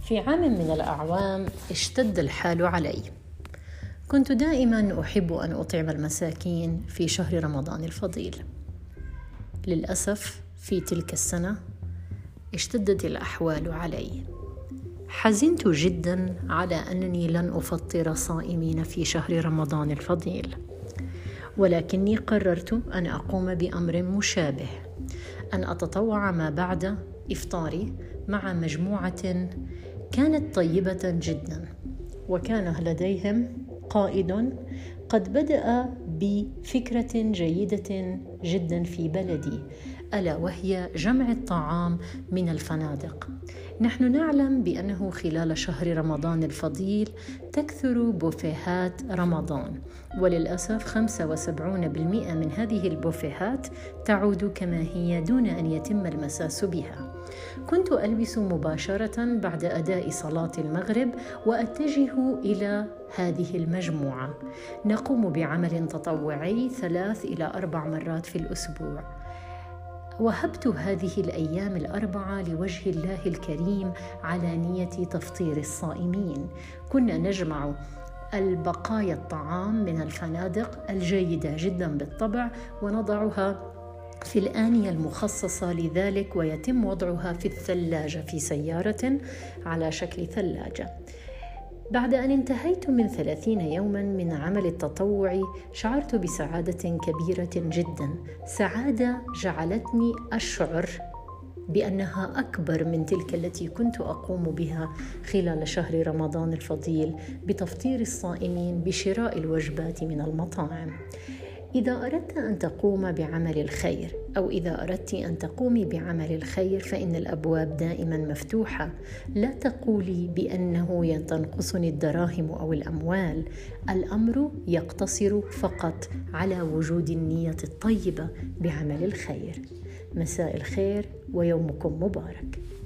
في عام من الأعوام اشتد الحال علي. كنت دائما أحب أن أطعم المساكين في شهر رمضان الفضيل. للأسف في تلك السنة اشتدت الأحوال علي. حزنت جدا على أنني لن أفطر صائمين في شهر رمضان الفضيل، ولكني قررت أن أقوم بأمر مشابه، أن أتطوع ما بعد إفطاري مع مجموعة كانت طيبة جدا، وكان لديهم قائد قد بدأ بفكرة جيدة جدا في بلدي، ألا وهي جمع الطعام من الفنادق. نحن نعلم بأنه خلال شهر رمضان الفضيل تكثر بوفيهات رمضان، وللأسف 75% من هذه البوفيهات تعود كما هي دون أن يتم المساس بها. كنت ألبس مباشرة بعد أداء صلاة المغرب وأتجه إلى هذه المجموعة. نقوم بعمل تطوعي 3 إلى 4 مرات في الأسبوع. وهبت هذه الأيام 4 لوجه الله الكريم على نية تفطير الصائمين. كنا نجمع البقايا الطعام من الفنادق الجيدة جدا بالطبع ونضعها في الآنية المخصصة لذلك، ويتم وضعها في الثلاجة في سيارة على شكل ثلاجة. بعد أن انتهيت من 30 يوما من عمل التطوع شعرت بسعادة كبيرة جدا، سعادة جعلتني أشعر بأنها أكبر من تلك التي كنت أقوم بها خلال شهر رمضان الفضيل بتفطير الصائمين بشراء الوجبات من المطاعم. إذا أردت أن تقوم بعمل الخير أو إذا أردت أن تقومي بعمل الخير فإن الأبواب دائما مفتوحة. لا تقولي بأنه تنقصني الدراهم أو الأموال، الأمر يقتصر فقط على وجود النية الطيبة بعمل الخير. مساء الخير ويومكم مبارك.